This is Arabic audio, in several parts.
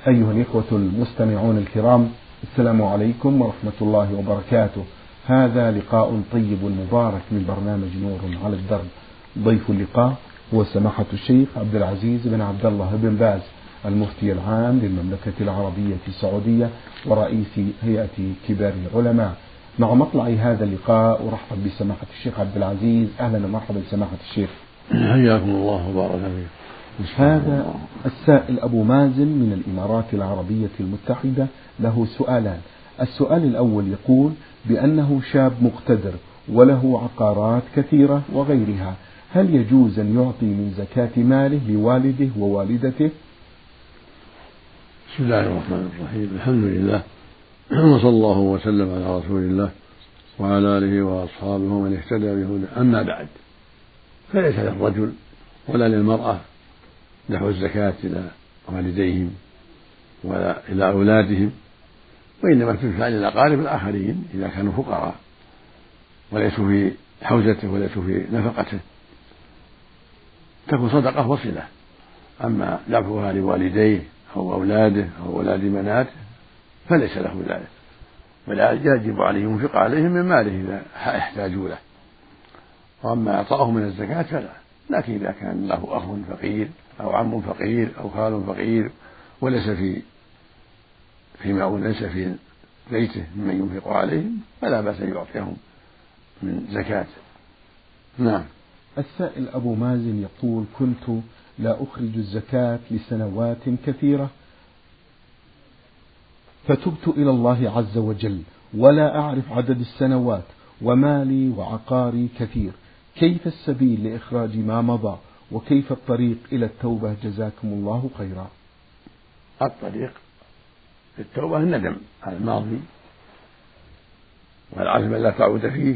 أيها الإخوة المستمعون الكرام، السلام عليكم ورحمة الله وبركاته. هذا لقاء طيب مبارك من برنامج نور على الدرب. ضيف اللقاء هو سماحة الشيخ عبد العزيز بن عبد الله بن باز، المفتي العام للمملكة العربية السعودية ورئيس هيئة كبار العلماء. مع مطلع هذا اللقاء أرحب بسماحة الشيخ عبد العزيز. أهلا ومرحبا سماحة الشيخ. حياكم الله وبارك فيكم. هذا السائل أبو مازن من الإمارات العربية المتحدة له سؤالان. السؤال الأول يقول بأنه شاب مقتدر وله عقارات كثيرة وغيرها، هل يجوز أن يعطي من زكاة ماله لوالده ووالدته؟ بسم الله الرحمن الرحيم، الحمد لله وصلى الله وسلم على رسول الله وعلى آله وأصحابه ومن اهتدى بهداه. أما بعد، فليس للرجل ولا للمرأة دفع الزكاة إلى والديهم ولا إلى أولادهم، وإنما تدفع للأقارب الآخرين إذا كانوا فقراء وليسوا في حوزته وليسوا في نفقته، تكون صدقة وصلة. أما دفعها لوالديه أو أولاده أو أولاد بناته فليس له ذلك، ولا يجب عليه ينفق عليهم من ماله إذا احتاجوا له. وأما إعطاؤه من الزكاة فلا، لكن إذا كان له أخ فقير أو عم فقير أو خال فقير وليس ليس في بيته ممن ينفق عليهم فلا بأس أن يعطيهم من زكاة. نعم. السائل أبو مازن يقول: كنت لا أخرج الزكاة لسنوات كثيرة، فتبت إلى الله عز وجل ولا أعرف عدد السنوات، ومالي وعقاري كثير، كيف السبيل لإخراج ما مضى، وكيف الطريق إلى التوبة؟ جزاكم الله خيرا. الطريق للتوبة الندم على الماضي والعزم لا تعود فيه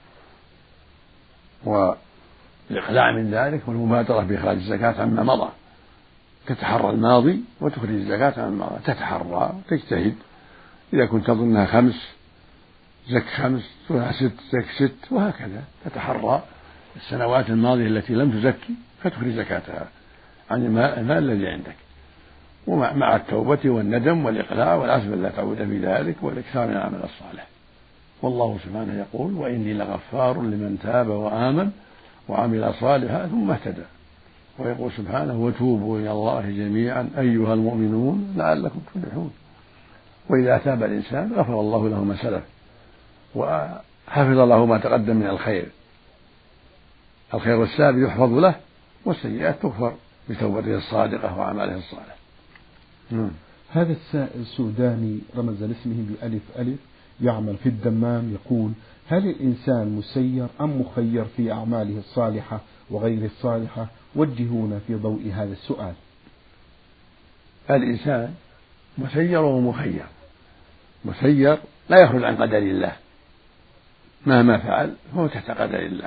والإقلاع من ذلك والمبادرة بإخراج الزكاة عما مضى. تتحرى الماضي وتخرج الزكاة عما مضى، تتحرى تجتهد. إذا كنت تظنها 5 زك 5، 6 زك 6، وهكذا تتحرى السنوات الماضية التي لم تزكي فتخرج زكاتها عن المال الذي عندك، ومع التوبة والندم والإقلاع والعزم لا تعود في ذلك والإكثار من العمل الصالح. والله سبحانه يقول: وإني لغفار لمن تاب وآمن وعمل صالحا ثم اهتدى. ويقول سبحانه: وتوبوا إلى الله جميعا أيها المؤمنون لعلكم تفلحون. وإذا تاب الإنسان غفر الله له ما سلف وحفظ له ما تقدم من الخير السابق يحفظ له، والسيئات تغفر بتوبته الصادقة وعمله الصالح. هذا السائل سوداني رمز لاسمه بألف ألف، يعمل في الدمام، يقول: هل الإنسان مسير أم مخير في أعماله الصالحة وغير الصالحة؟ وجهونا في ضوء هذا السؤال. الإنسان مسير ومخير. مسير لا يخرج عن قدر الله، مهما فعل فهو تحت قدر الله.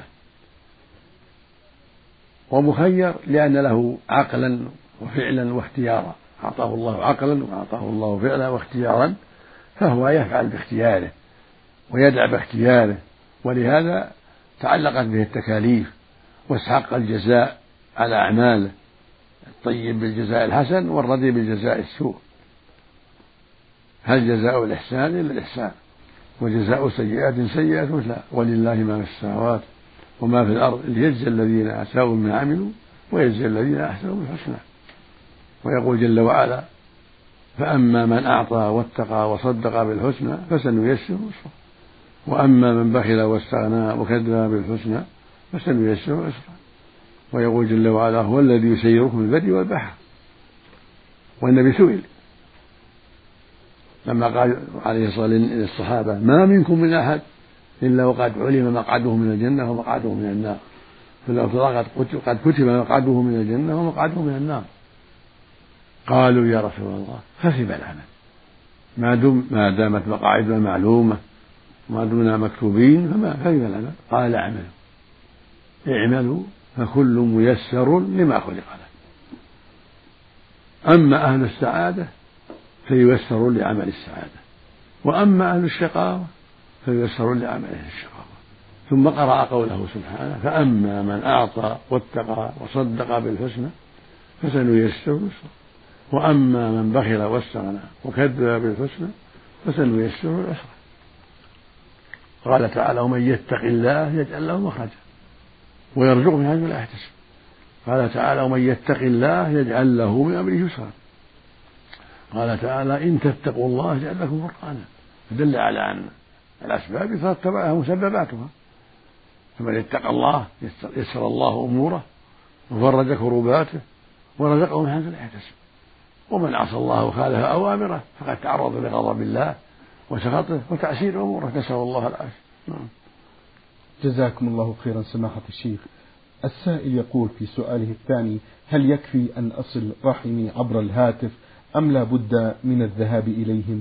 ومخير لأن له عقلا وفعلا واختيارا، أعطاه الله عقلا وأعطاه الله فعلا واختيارا، فهو يفعل باختياره ويدع باختياره، ولهذا تعلقت به التكاليف واستحق الجزاء على أعماله، الطيب بالجزاء الحسن والردي بالجزاء السوء. هل جزاء الإحسان إلا الإحسان، وجزاء سيئة سيئة مثلها، ولله ما في السماوات وما في الأرض ليجزي الذين أساءوا بما عملوا ويجزي الذين أحسنوا بالحسنى. ويقول جل وعلا: فأما من أعطى واتقى وصدق بالحسنى فسنيسره يسرا، وأما من بخل واستغنى وكذب بالحسنى فسنيسره يسرا. ويقول جل وعلا: هو الذي يسيركم في البر والبحر. والنبي سئل لما قال عليه الصلاة والسلام للصحابة: ما منكم من أحد إلا وقد علم مقعده من الجنة ومقعده من النار، فلو قد كتب مقعده من الجنة ومقعده من النار. قالوا: يا رسول الله، فكيف العمل؟ ما دامت مقاعدنا معلومة وما دمنا مكتوبين فكيف العمل؟ قال: اعملوا فكل ميسر لما خلق له. أما أهل السعادة فييسرون لعمل السعادة، وأما أهل الشقاوة فييسرون لعمله الشقاوة. ثم قرأ قوله سبحانه: فأما من أعطى واتقى وصدق بالحسنى فسنيسره يسرا. وأما من بخل واستغنى وكذب بالحسنى فسنيسره للعسرى. قال تعالى ومن يتق الله يجعل له مخرجا ويرزقه من حيث لا يحتسب. قال تعالى ومن يتق الله يجعل له من أمره يسرا. قال تعالى إن تتقوا الله يجعل لكم فرقانا، فدل على أن الأسباب يترتب عليها مسبباتها. فمن اتقى الله يسر الله أموره وفرج كرباته ورزقه من حيث لا يحتسب. ومن عصى الله وخالف أوامره فقد تعرض لغضب الله وسخطه وتعسير أموره، نسأل الله العافية. جزاكم الله خيرا سماحة الشيخ. السائل يقول في سؤاله الثاني: هل يكفي أن أصل رحمي عبر الهاتف أم لا بد من الذهاب إليهم؟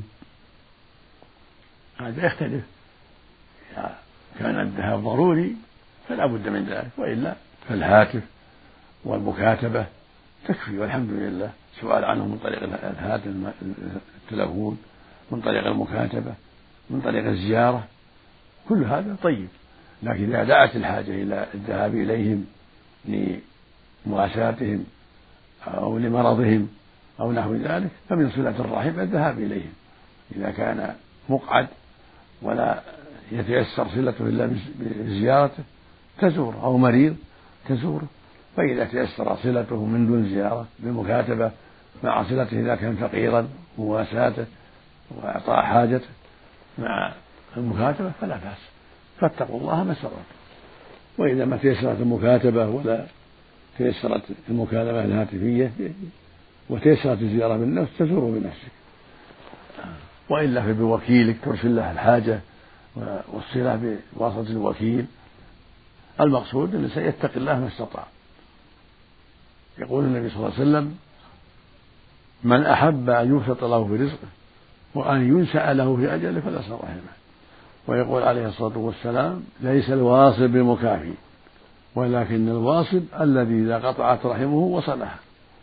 هذا يختلف، إذا كان الذهاب ضروري فلا بد من ذلك، وإلا فالهاتف والمكاتبة تكفي والحمد لله. سؤال عنه من طريق الهاتف التلفون، من طريق المكاتبة، من طريق الزيارة، كل هذا طيب. لكن إذا دعت الحاجة إلى الذهاب إليهم لمواساتهم أو لمرضهم أو نحو ذلك فمن صلة الرحم الذهاب إليهم. إذا كان مقعد ولا يتيسر صلته إلا بزيارته تزوره، أو مريض تزوره. فإذا تيسر صلته من دون زيارة بالمكاتبة مع صلته إذا كان فقيرا ومواساته وإعطاء حاجته مع المكاتبة فلا بأس، فاتقوا الله ما استطعتم. وإذا ما تيسرت المكاتبة ولا تيسرت المكالمة الهاتفية وتيسرت الزيارة بالنفس تزوره بنفسك، وإلا فبوكيلك ترسل له الحاجة والصلة بواسطة الوكيل. المقصود أن الإنسان يتقي الله ما استطاع. يقول النبي صلى الله عليه وسلم من أحب أن يبسط له في رزقه وأن ينسأ له في أجله فليصل رحمه. ويقول عليه الصلاة والسلام ليس الواصل بمكافي ولكن الواصل الذي إذا قطعت رحمه وصلها.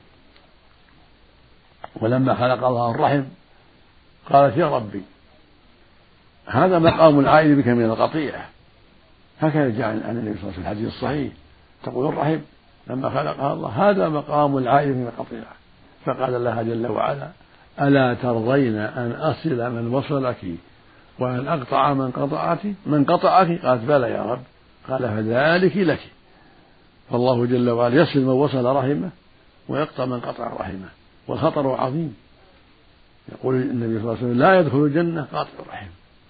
ولما خلق الله الرحم قالت يا ربي هذا مقام العائد بك من القطيعة، هكذا جاء عن النبي صلى الله عليه وسلم في الحديث الصحيح تقول الرحم لما خلقها الله هذا مقام العائد من القطيعة. فقال الله جل وعلا ألا ترضين أن أصل من وصلك وأن أقطع من قطعك؟ قالت بلى يا رب. قال فذلك لك. فالله جل وعلا يصل من وصل رحمه ويقطع من قطع رحمه، والخطر عظيم. يقول النبي صلى الله عليه وسلم لا يدخل الجنة قاطع الرحم.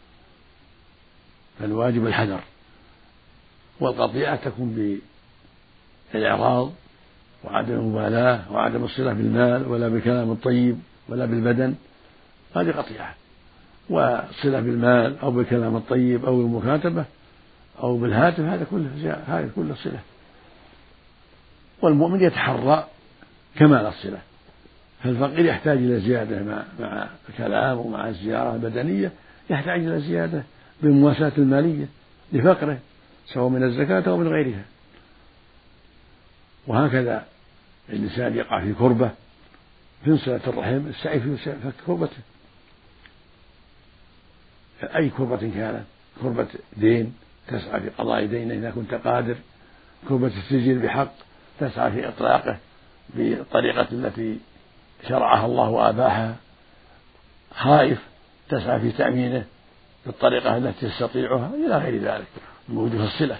فالواجب الحذر، والقطيعة تكون بالإعراض وعدم المبالاة وعدم الصلة بالمال ولا بالكلام الطيب ولا بالبدن، هذه قطيعة. وصلة بالمال أو بالكلام الطيب أو بالمكاتبة أو بالهاتف هذا كله صلة. والمؤمن يتحرى كمال الصلة، فالفقير يحتاج إلى زيادة مع الكلام ومع الزيارة البدنية، يحتاج إلى زيادة بالمواساة المالية لفقره سواء من الزكاة أو من غيرها. وهكذا الإنسان يقع في كربة في صلة الرحم السعي في فك كربته، أي كربة كانت، كربة دين تسعى في قضاء دينه إذا كنت قادر، كربة السجن بحق تسعى في إطلاقه بالطريقة التي شرعها الله وأباحها، خائف تسعى في تأمينه بالطريقة التي تستطيعها إلى غير ذلك موجود في الصلة.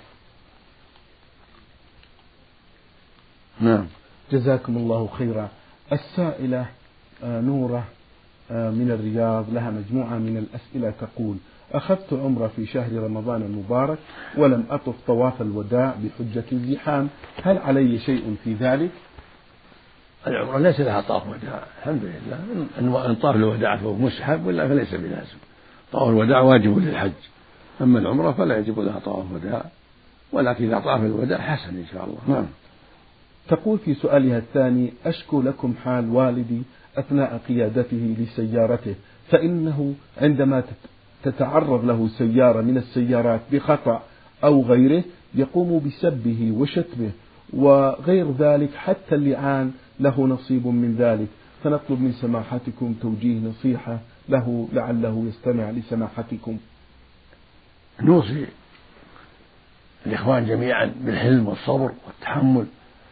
نعم جزاكم الله خيرا. السائلة نورة من الرياض لها مجموعة من الأسئلة تقول: أخذت عمرة في شهر رمضان المبارك ولم أطف طواف الوداع بحجة الزحام، هل علي شيء في ذلك؟ العمرة ليس لها طواف وداع الحمد لله، إن طاف الوداع فهو مستحب ولا فليس بلازم. طواف الوداع واجب للحج، أما العمرة فلا يجب لها طواف وداع، ولكن إذا طاف الوداع حسن إن شاء الله. نعم. تقول في سؤالها الثاني: أشكو لكم حال والدي أثناء قيادته لسيارته، فإنه عندما تتعرض له سيارة من السيارات بخطأ أو غيره يقوم بسبه وشتمه وغير ذلك، حتى اللعان له نصيب من ذلك، فنطلب من سماحتكم توجيه نصيحة له لعله يستمع لسماحتكم. نوصي الإخوان جميعا بالحلم والصبر والتحمل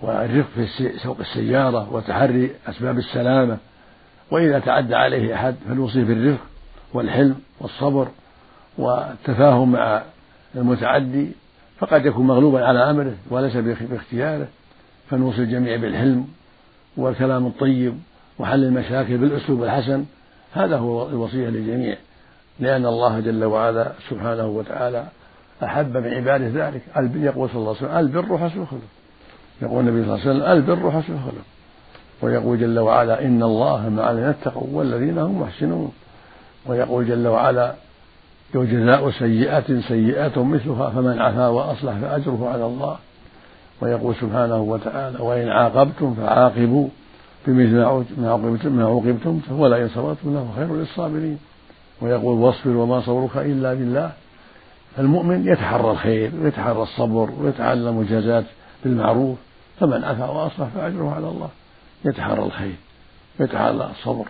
والرفق في سوق السيارة وتحري أسباب السلامة. وإذا تعدى عليه أحد فليوصيه بالرفق والحلم والصبر والتفاهم مع المتعدي، فقد يكون مغلوبا على أمره وليس باختياره، فنوصي الجميع بالحلم والكلام الطيب وحل المشاكل بالأسلوب الحسن. هذا هو الوصية للجميع، لأن الله جل وعلا سبحانه وتعالى أحب من عباده ذلك. يقول صلى الله عليه وسلم: البر حسن الخلق. يقول النبي صلى الله عليه وسلم: البر حسن الخلق. ويقول جل وعلا: إن الله مع الذين اتقوا والذين هم محسنون. ويقول جل وعلا: وجزاء سيئة سيئة مثلها فمن عفا وأصلح فأجره على الله. ويقول سبحانه وتعالى: وإن عاقبتم فعاقبوا بمثل ما عوقبتم ولئن صبرتم له خير للصابرين. ويقول: واصبر وما صبرك إلا بالله. المؤمن يتحرى الخير ويتحرى الصبر ويتعلم المجازات بالمعروف، فمن عفا وأصلح فأجره على الله. يتحرى الخير ويتحرى الصبر.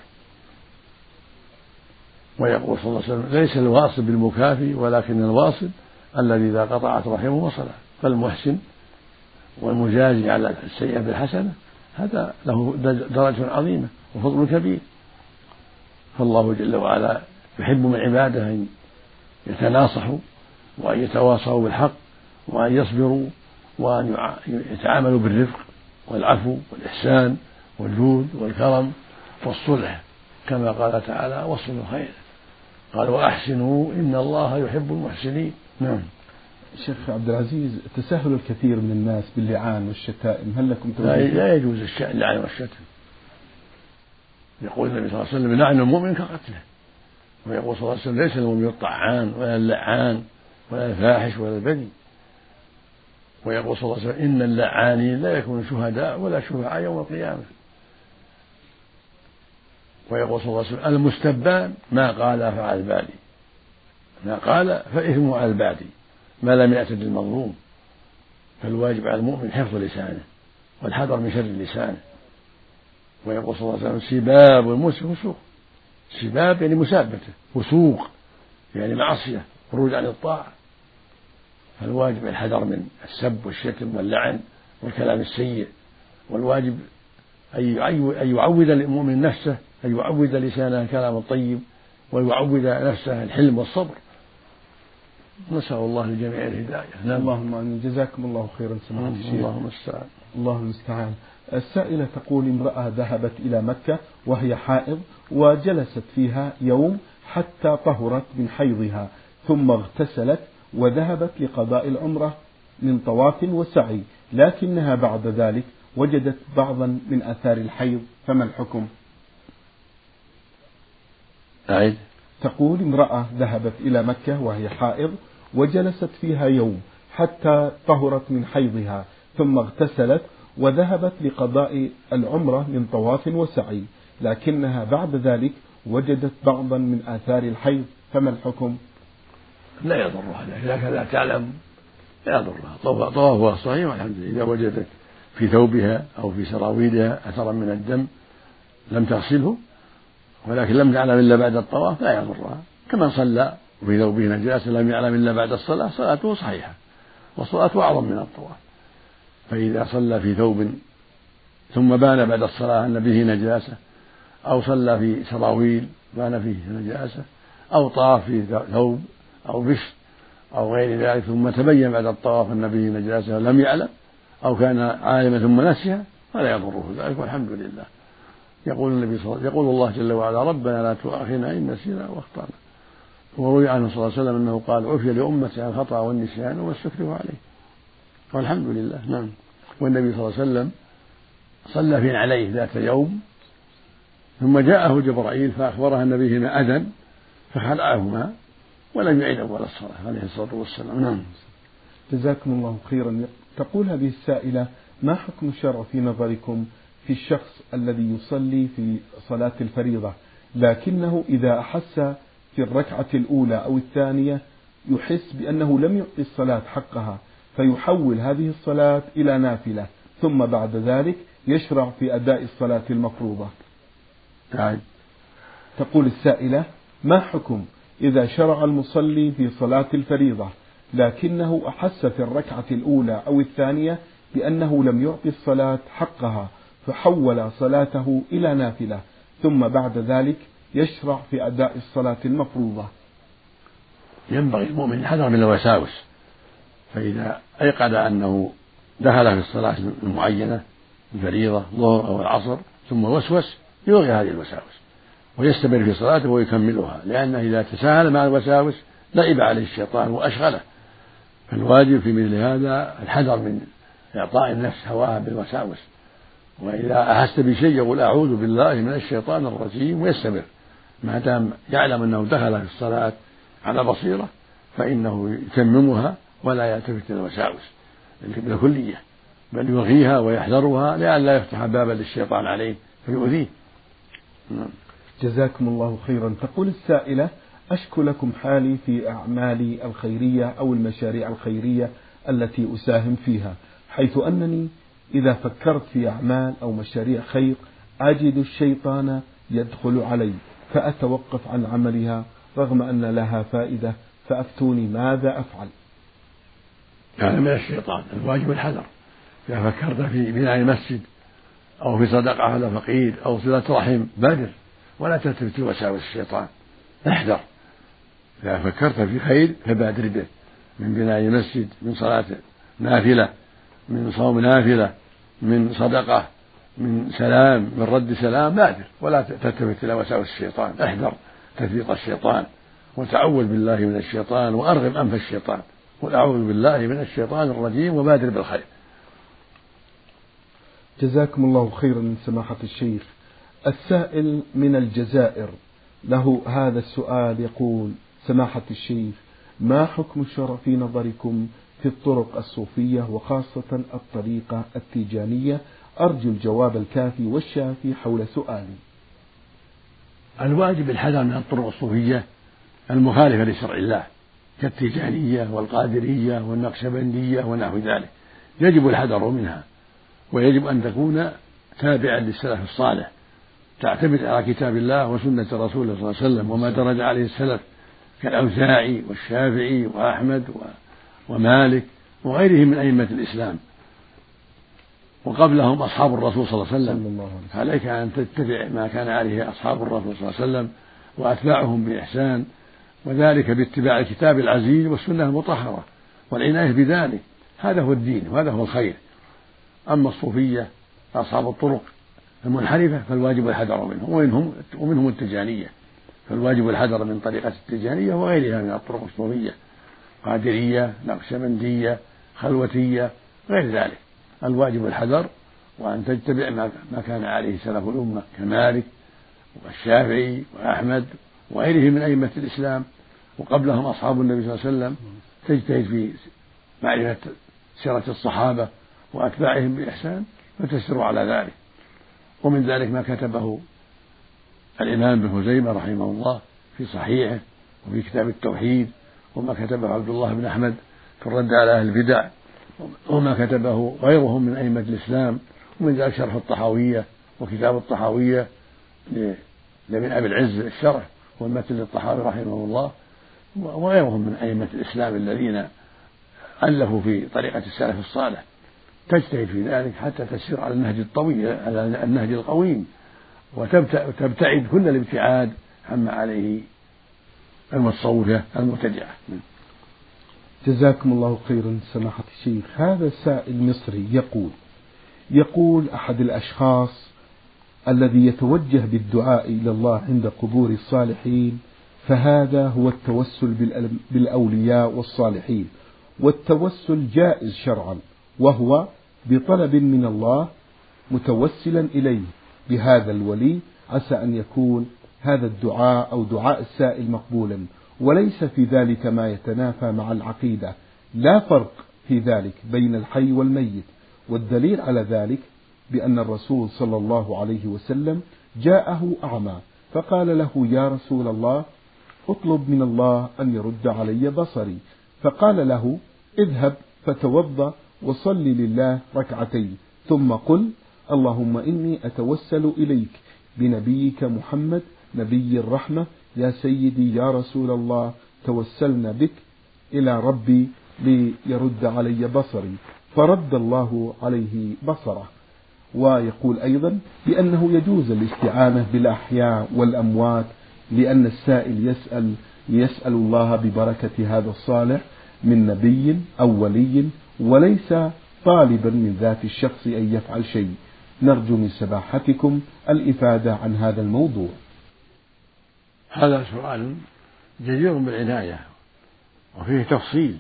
ويقول صلى الله عليه وسلم: ليس الواصل بالمكافي ولكن الواصل الذي إذا قطعت رحمه وصله. فالمحسن والمجازي على السيئة بالحسنة هذا له درجة عظيمة وفضل كبير. فالله جل وعلا يحب من عباده أن يتناصحوا وأن يتواصوا بالحق وأن يصبروا وأن يتعاملوا بالرفق والعفو والإحسان والجود والكرم والصلح، كما قال تعالى: وصلوا الخير. قال: وأحسنوا إن الله يحب المحسنين. نعم. شيخ عبد العزيز، تساهل الكثير من الناس باللعان والشتائم، هل لكم توجيه؟ لا يجوز اللعن والشتم. يقول النبي صلى الله عليه وسلم: لعن المؤمن كقتله. ويقول صلى الله عليه وسلم: ليس المؤمن الطعان ولا اللعان ولا الفاحش ولا البذيء. ويقول صلى الله عليه وسلم: إن اللعانين لا يكونون شهداء ولا شفعاء يوم القيامة. ويقول صلى الله عليه وسلم: المستبان ما قال فعلى البادي، ما قال فإثمه على البادي ما لم يعتد المظلوم. فالواجب على المؤمن حفظ لسانه والحذر من شر لسانه. ويقول صلى الله عليه وسلم: سباب المسلم فسوق. سباب يعني مسابته، وسوق يعني معصية، خروج عن الطاعة. فالواجب الحذر من السب والشتم واللعن والكلام السيء. والواجب أن يعود المؤمن نفسه، أن يعود لسانه الكلام الطيب، ويعود نفسه الحلم والصبر. نسأل الله للجميع الهداية. اللهم آمين. جزاكم الله خيرا سماحة الشيخ. اللهم المستعان. الله المستعان. السائلة تقول: امرأة ذهبت إلى مكة وهي حائض وجلست فيها يوم حتى طهرت من حيضها، ثم اغتسلت وذهبت لقضاء العمرة من طواف وسعي، لكنها بعد ذلك وجدت بعضا من آثار الحيض، فما الحكم؟ أعيد. تقول: امرأة ذهبت إلى مكة وهي حائض وجلست فيها يوم حتى طهرت من حيضها، ثم اغتسلت وذهبت لقضاء العمرة من طواف وسعي، لكنها بعد ذلك وجدت بعضا من آثار الحيض، فما الحكم؟ لا يضرها ذلك، إذا كانت تعلم لا يضرها. طوافها صحيح والحمد لله. إذا وجدت في ثوبها أو في سراويلها أثرا من الدم لم تغسله ولكن لم تعلم إلا بعد الطواف لا يضرها. كمن صلى وفي ثوبه نجاسة لم يعلم إلا بعد الصلاة صلاته صحيحة، والصلاة أعظم من الطواف. فإذا صلى في ثوب ثم بان بعد الصلاة أن به نجاسة، أو صلى في سراويل بان فيه نجاسة، أو طاف في ثوب أو بشت أو غير ذلك ثم تبين بعد الطواف أن به نجاسة ولم يعلم، أو كان عالما ثم نسيها، فلا يضره ذلك والحمد لله. يقول الله جل وعلا: ربنا لا تؤاخذنا إن نسينا واخطأنا. وروي عنه صلى الله عليه وسلم أنه قال: عفي لأمتي عن الخطأ والنسيان واستكره عليه، والحمد لله. نعم. والنبي صلى الله عليه وسلم صلى في عليه ذات يوم، ثم جاءه جبرائيل فأخبره أن بهما أذى فخلعهما ولم يعد أول الصلاة عليه الصلاة والسلام. نعم. جزاكم الله خيرا. تقول هذه السائلة: ما حكم الشرع في نظركم في الشخص الذي يصلي في صلاة الفريضة لكنه إذا أحس في الركعة الأولى أو الثانية يحس بأنه لم يعطي الصلاة حقها، فيحول هذه الصلاة إلى نافلة، ثم بعد ذلك يشرع في أداء الصلاة المفروضة؟ تقول السائلة: ما حكم إذا شرع المصلي في صلاة الفريضة لكنه أحس في الركعة الأولى أو الثانية بأنه لم يعطي الصلاة حقها فحول صلاته إلى نافلة، ثم بعد ذلك يشرع في أداء الصلاة المفروضة؟ ينبغي المؤمن الحذر من الوساوس، فإذا أيقن أنه دخل في الصلاة المعينة الفريضة الظهر أو العصر ثم وسوس يلغي هذه الوساوس ويستمر في صلاته ويكملها، لأنه إذا تساهل مع الوساوس لعب عليه الشيطان وأشغله. فالواجب في مثل هذا الحذر من إعطاء النفس هواها بالوساوس، وإذا أحس بشيء يقول أعوذ بالله من الشيطان الرجيم ويستمر، ما دام يعلم أنه دخل في الصلاة على بصيرة فإنه يتممها ولا يلتفت إلى الوساوس بالكلية، بل يلغيها ويحذرها لئلا يفتح بابا للشيطان عليه فيؤذيه. جزاكم الله خيرا. تقول السائلة: أشكو لكم حالي في أعمالي الخيرية أو المشاريع الخيرية التي أساهم فيها، حيث أنني إذا فكرت في أعمال أو مشاريع خير أجد الشيطان يدخل علي فأتوقف عن عملها رغم أن لها فائدة، فأفتوني ماذا أفعل؟ هذا من الشيطان، الواجب الحذر. إذا فكرت في بناء مسجد أو في صدقة على فقير أو صلة رحم بادر ولا تلتفت لوساوس الشيطان، احذر. إذا فكرت في خير فبادر به، من بناء مسجد، من صلاة نافلة، من صوم نافلة، من صدقة، من سلام، من رد سلام، بادر ولا تلتفت إلى وساوس الشيطان. احذر تثبيط الشيطان وتعوذ بالله من الشيطان وأرغم أنف الشيطان، قل أعوذ بالله من الشيطان الرجيم وبادر بالخير. جزاكم الله خيرا من سماحة الشيخ. السائل من الجزائر له هذا السؤال يقول: سماحة الشيخ، ما حكم الشرع في نظركم في الطرق الصوفية وخاصة الطريقة التيجانية؟ أرجو الجواب الكافي والشافي حول سؤالي. الواجب الحذر من الطرق الصوفية المخالفة لشرع الله كالتيجانية والقادرية والنقشبندية ونحو ذلك، يجب الحذر منها، ويجب أن تكون تابعا للسلف الصالح، تعتمد على كتاب الله وسنة رسوله صلى الله عليه وسلم وما درج عليه السلف كالأوزاعي والشافعي وأحمد ومالك وغيرهم من أئمة الإسلام، وقبلهم أصحاب الرسول صلى الله عليه وسلم. عليك أن تتبع ما كان عليه أصحاب الرسول صلى الله عليه وسلم وأتباعهم بإحسان، وذلك باتباع الكتاب العزيز والسنة المطهرة والعناية بذلك، هذا هو الدين وهذا هو الخير. أما الصوفية أصحاب الطرق المنحرفة فالواجب الحذر منهم ومنهم التجانية، فالواجب الحذر من طريقة التجانية وغيرها من الطرق الصوفية، قادرية، نقشبندية، خلوتية، غير ذلك. الواجب الحذر وأن تتبع ما كان عليه سلف الأمة كمالك والشافعي وأحمد وغيرهم من أئمة الإسلام، وقبلهم أصحاب النبي صلى الله عليه وسلم، تجتهد في معرفة سيرة الصحابة وأتباعهم بإحسان فتسير على ذلك. ومن ذلك ما كتبه الإمام ابن خزيمة رحمه الله في صحيحه وفي كتاب التوحيد، وما كتبه عبد الله بن أحمد في الرد على أهل البدع، وما كتبه غيرهم من أئمة الإسلام، ومن ذلك شرح الطحاوية وكتاب الطحاوية لابن أبي العز الشرح والمتن للطحاوي رحمه الله، وغيرهم من أئمة الإسلام الذين ألفوا في طريقة السلف الصالح، تجتهد في ذلك حتى تسير على النهج الطويل، على النهج القويم، وتبتعد كل الابتعاد عما عليه المتصوفة المبتدعة. جزاكم الله خيرا سماحة الشيخ. هذا سائل مصري يقول أحد الأشخاص الذي يتوجه بالدعاء إلى الله عند قبور الصالحين فهذا هو التوسل بالأولياء والصالحين، والتوسل جائز شرعا، وهو بطلب من الله متوسلا إليه بهذا الولي، عسى أن يكون هذا الدعاء أو دعاء السائل مقبولا، وليس في ذلك ما يتنافى مع العقيدة، لا فرق في ذلك بين الحي والميت، والدليل على ذلك بأن الرسول صلى الله عليه وسلم جاءه أعمى فقال له: يا رسول الله، اطلب من الله أن يرد علي بصري، فقال له: اذهب فتوضأ وصل لله ركعتين ثم قل: اللهم إني أتوسل إليك بنبيك محمد نبي الرحمة، يا سيدي يا رسول الله، توسلنا بك إلى ربي ليرد علي بصري. فرد الله عليه بصره. ويقول أيضا بأنه يجوز الاستعانة بالأحياء والأموات، لأن السائل يسأل الله ببركة هذا الصالح من نبي أو ولي، وليس طالبا من ذات الشخص أن يفعل شيء. نرجو من سماحتكم الإفادة عن هذا الموضوع. هذا سؤال جدير بالعناية وفيه تفصيل.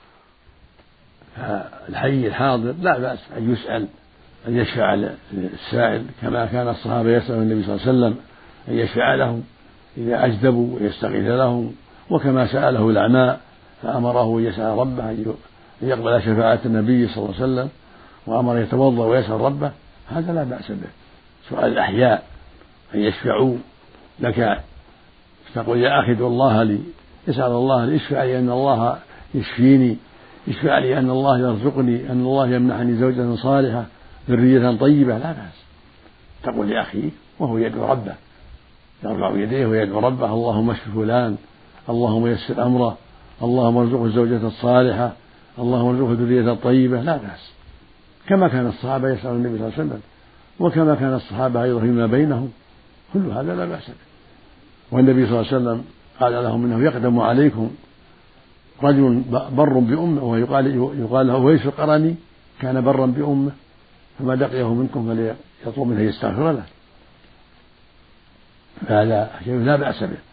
الحي الحاضر لا بأس أن يسأل، أن يشفع للسائل كما كان الصحابة يسأل النبي صلى الله عليه وسلم أن يشفع لهم إذا أجدبوا ويستغيث لهم، وكما سأله الأعمى فأمره أن يسأل ربه أن يقبل شفاعة النبي صلى الله عليه وسلم، وأمر يتوضأ ويسأل ربه، هذا لا بأس به. سؤال الأحياء أن يشفعوا لك، تقول يا أخي ادعو الله لي، يسأل الله لي، اشفع لي أن الله يشفيني، يشفع لي أن الله يرزقني، أن الله يمنحني زوجة صالحة ذرية طيبة، لا بأس. تقول لأخيه وهو يدعو ربه، يرفع يديه ويدعو ربه اللهم اشف فلان، اللهم يسر أمره، اللهم ارزقه الزوجة الصالحة، اللهم ارزقه ذرية طيبة، لا بأس. كما كان الصحابة يسأل النبي صلى الله عليه وسلم، وكما كان الصحابة أيضا فيما بينهم، كل هذا لا بأس به. والنبي صلى الله عليه وسلم قال لهم إنه يقدم عليكم رجل بر بأمه، ويقال له ويس القرني كان برا بأمه، فما لقيه منكم فليطلب منه يستغفر له، فهذا شيء لا بأس به.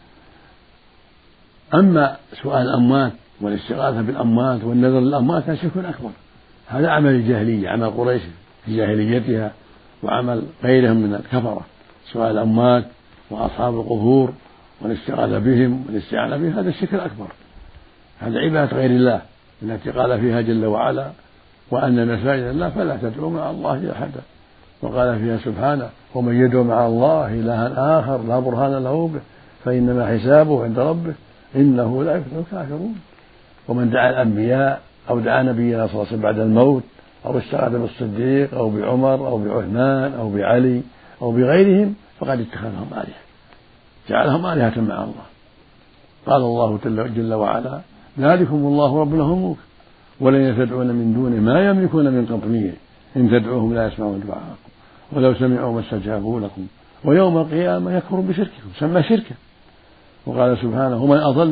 أما سؤال الأموات والاستغاثة بالأموات والنذر للأموات هذا شرك أكبر، هذا عمل الجاهلية، عمل قريش في جاهليتها وعمل غيرهم من الكفرة. سؤال الأموات وأصحاب القبور والاستغاثة بهم والاستعانة بهم هذا الشرك الأكبر، هذا عبادة غير الله التي قال فيها جل وعلا وأن مساجد الله فلا تدعوا مع الله أحدا، وقال فيها سبحانه ومن يدعو مع الله إلها آخر لا برهان له به فإنما حسابه عند ربه إنه لا يفلح الكافرون. ومن دعا الأنبياء أو دعا نبينا صلى الله عليه وسلم بعد الموت أو استغاث بالصديق أو بعمر أو بعثمان أو بعلي أو بغيرهم فقد اتخذهم آلهة، جعلهم آلهة مع الله. قال الله جل وعلا ذلكم الله ربنا هم الملك ولن تدعون من دونه ما يملكون من قطمير إن تدعوهم لا يسمعون دعاءكم ولو سمعوا ما استجابوا لكم ويوم القيامة يكفرون بشرككم، سمى شركا. وقال سبحانه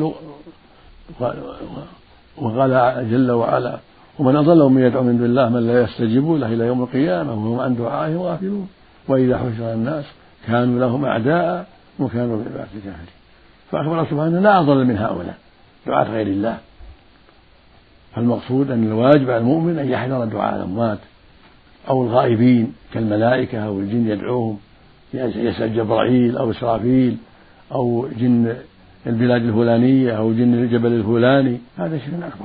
وقال جل وعلا ومن أضل من يدعو من دون الله من لا يستجيب له إلى يوم القيامة وهم عن دعائه غافلون وإذا حشر الناس كانوا لهم أعداء وكانوا بالعبادة كافرين. فأخبر سبحانه لا أضل من هؤلاء دعاة غير الله. فالمقصود أن الواجب على المؤمن أن يحذر دعاء الأموات أو الغائبين كالملائكة أو الجن يدعوهم، يسأل جبرائيل أو إسرافيل أو جن البلاد الفلانية أو جن الجبل الفلاني، هذا شيء أكبر.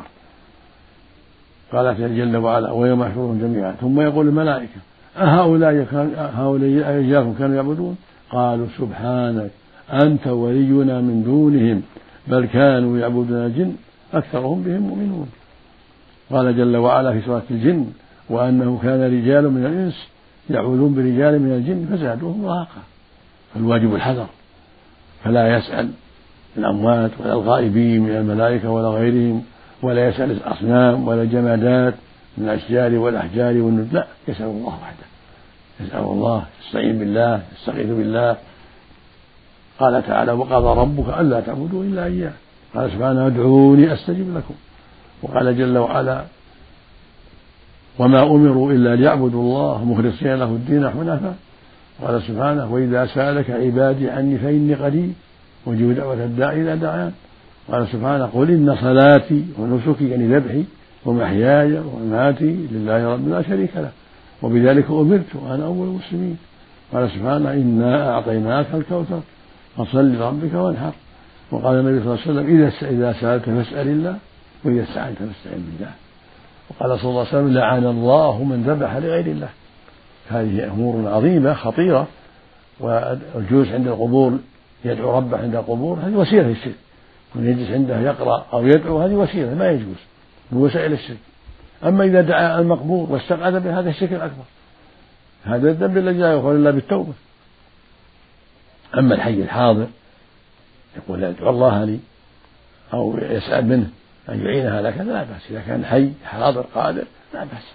قال جل وعلا ويوم يحشرهم جميعا ثم يقول الملائكة هؤلاء إياكم كانوا يعبدون قالوا سبحانك أنت ولينا من دونهم بل كانوا يعبدون الجن أكثرهم بهم مؤمنون. قال جل وعلا في سورة الجن وأنه كان رجال من الإنس يعوذون برجال من الجن فزادوهم رهقا. فالواجب الحذر، فلا يسأل الأموات ولا الغائبين من الملائكة ولا غيرهم، ولا يسأل الأصنام ولا الجمادات من الأشجار والأحجار والنجوم، لا، يسأل الله وحده، يسأل الله، يستعين بالله، يستغيث بالله. قال تعالى وقضى ربك ألا تعبدوا إلا إياه، قال سبحانه ادعوني أستجب لكم. وقال جل وعلا وما أمروا إلا ليعبدوا الله مخلصين له الدين حنفاء. قال سبحانه وإذا سألك عبادي عني فإني قريب أجيب دعوة الداعي إذا دعان. قال سبحانه قل إن صلاتي ونسكي يعني ذبحي ومحياي ومماتي لله رب لا شريك له وبذلك أمرت وأنا أول المسلمين. قال سبحانه إنا أعطيناك الكوثر فصل لربك وانحر. وقال النبي صلى الله عليه وسلم إذا سألت فاسأل الله وإذا استعنت فاستعن بالله. وقال صلى الله عليه وسلم لعن الله من ذبح لغير الله. هذه أمور عظيمة خطيرة. والجلوس عند القبور يدعو ربه عند القبور هذه وسيلة للشرك، من يجلس عنده يقرأ أو يدعو هذه وسيلة ما يجوز من وسائل الشرك. أما إذا دعا المقبور واستغاث به هذا الشرك الأكبر، هذا الذنب الذي لا يغفر إلا بالتوبة. أما الحي الحاضر يقول ادعو الله لي أو يسأل منه أن يعينها لك لا بأس، إذا كان حي حاضر قادر لا بأس،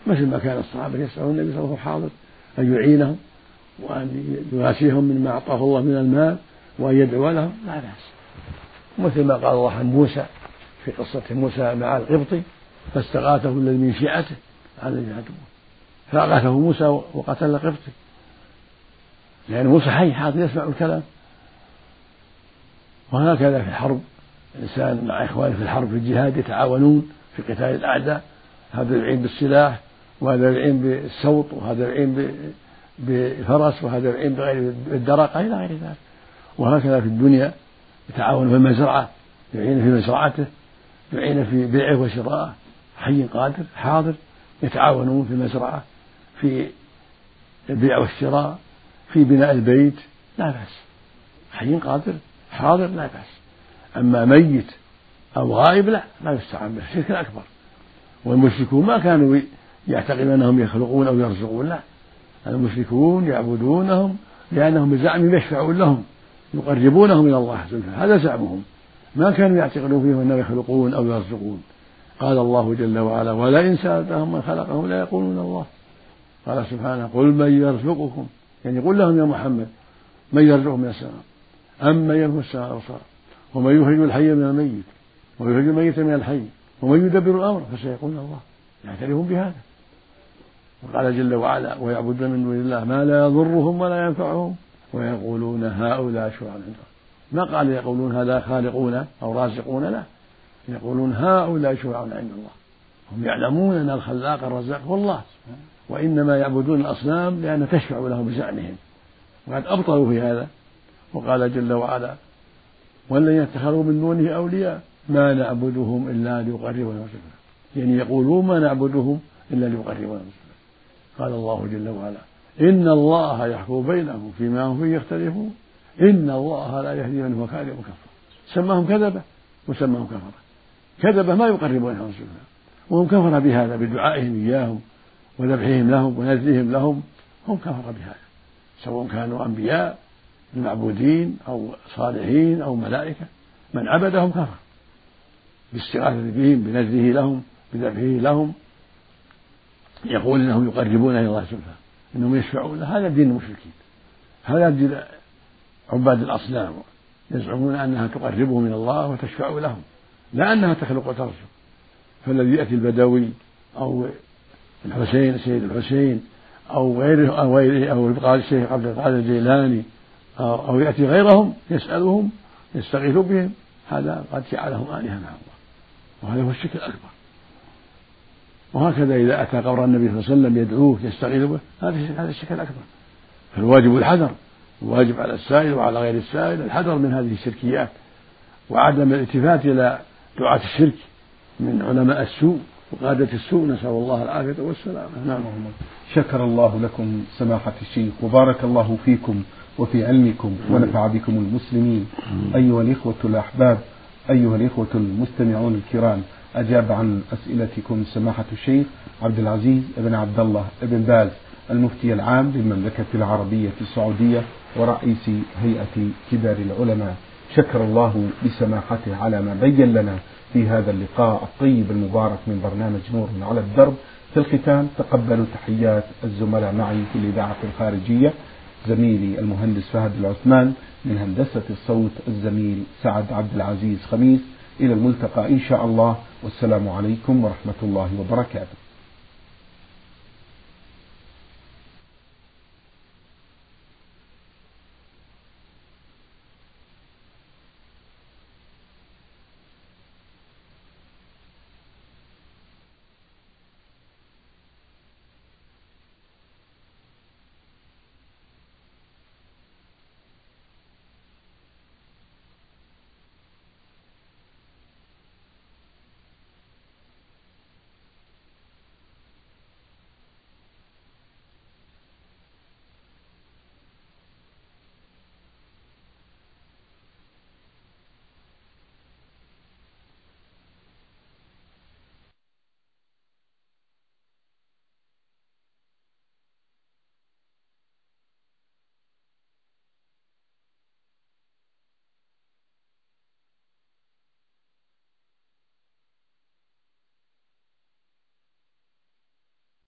مثل ما كان الصحابة يسألون النبي صلى الله عليه وسلم حاضر أن يعينهم وأن يواسيهم مما أعطاه الله من المال وأن يدعو لهم لا بأس. مثل ما قال الله عن موسى في قصة موسى مع القبطي فاستغاثه الذي من شيعته على الذي عدوه فأغاثه موسى وقتل القبطي، لأن موسى حي حاضر يسمع الكلام. وهكذا في الحرب الإنسان مع إخوانه في الحرب في الجهاد يتعاونون في قتال الأعداء، هذا يعين بالسلاح وهذا يعين بالسوط وهذا يعين بالفرس وهذا يعين بالدرقة إلى غير ذلك. وهكذا في الدنيا يتعاون في المزرعة يعين في مزرعته يعين في بيعه وشراءه، حي قادر حاضر يتعاونون في المزرعة في البيع والشراء في بناء البيت لا بأس، حي قادر حاضر لا بأس. أما ميت أو غائب لا يستعان به، شرك أكبر. والمشركون ما كانوا يعتقدون أنهم يخلقون أو يرزقون، لا، المشركون يعبدونهم لأنهم بزعمهم يشفعون لهم يقربونهم إلى الله زلفى، هذا زعمهم، ما كانوا يعتقدون فيهم أنهم يخلقون أو يرزقون. قال الله جل وعلا ولئن سألتهم من خلقهم لا يقولون الله. قال سبحانه قل من يرزقكم، يعني قل لهم يا محمد من يرزقهم من السماء أم من يملك السماء والأرض ومن يخرج الحي من الميت ويخرج الميت من الحي ومن يدبر الأمر فسيقولون الله، يعترفون بهذا. وقال جل وعلا ويعبدون من دون الله ما لا يضرهم ولا ينفعهم ويقولون هؤلاء شرعاء عند الله. ما قال يقولون هذا خالقون أو رازقون، لا، يقولون هؤلاء شرعاء عند الله. هم يعلمون أن الخلاق الرزاق هو الله، وإنما يعبدون الأصنام لأن تشفع لهم بزعمهم، وقد أبطلوا في هذا. وقال جل وعلا والذين اتخذوا من دونه أولياء ما نعبدهم إلا ليقربونا زلفى، يعني يقولون ما نعبدهم إلا ليقربونا زلفى. قال الله جل وعلا إن الله يحكم بينهم فيما هم فيه يختلفون إن الله لا يهدي من هو كاذب كفر. سماهم كذبة وسماهم كفرة. كذبة ما يقربونهم زلفى، وهم كفر بهذا بدعائهم إياهم وذبحهم لهم ونذرهم لهم، هم كفر بهذا سواء كانوا أنبياء المعبودين أو صالحين أو ملائكة، من عبدهم كفر باستغاثة بهم بنذره لهم بذبحه لهم، يقول إنهم يقربون إلى الله زلفى، إنهم يشفعون. هذا دين المشركين، هذا دين عباد الأصنام، يزعمون أنها تقربهم من الله وتشفع لهم لا أنها تخلق وترزق. فالذي يأتي البدوي أو الحسين السيد الحسين أو غيره أو الشيخ عبد القادر الجيلاني أو يأتي غيرهم يسألهم يستغيث بهم، هذا قد جعلهم آلهة مع الله، وهذا هو الشرك الأكبر. وهكذا إذا أتى قبر النبي صلى الله عليه وسلم يدعوه يستغيث به، هذا الشرك الأكبر. فالواجب الحذر، الواجب على السائل وعلى غير السائل الحذر من هذه الشركيات وعدم الالتفات إلى دعاة الشرك من علماء السوء وقادة السوء، نسأل الله العافية والسلامة. نعم. شكر الله لكم سماحة الشيخ وبارك الله فيكم وفي علمكم ونفع بكم المسلمين. أيها الإخوة الأحباب، أيها الإخوة المستمعون الكرام، أجاب عن أسئلتكم سماحة الشيخ عبد العزيز بن عبد الله بن باز المفتي العام للمملكة العربية السعودية ورئيس هيئة كبار العلماء. شكر الله بسماحته على ما بين لنا في هذا اللقاء الطيب المبارك من برنامج نور على الدرب. في الختام تقبلوا تحيات الزملاء معي في الإذاعة الخارجية، زميلي المهندس فهد العثمان، من هندسة الصوت الزميل سعد عبد العزيز خميس. إلى الملتقى إن شاء الله، والسلام عليكم ورحمة الله وبركاته.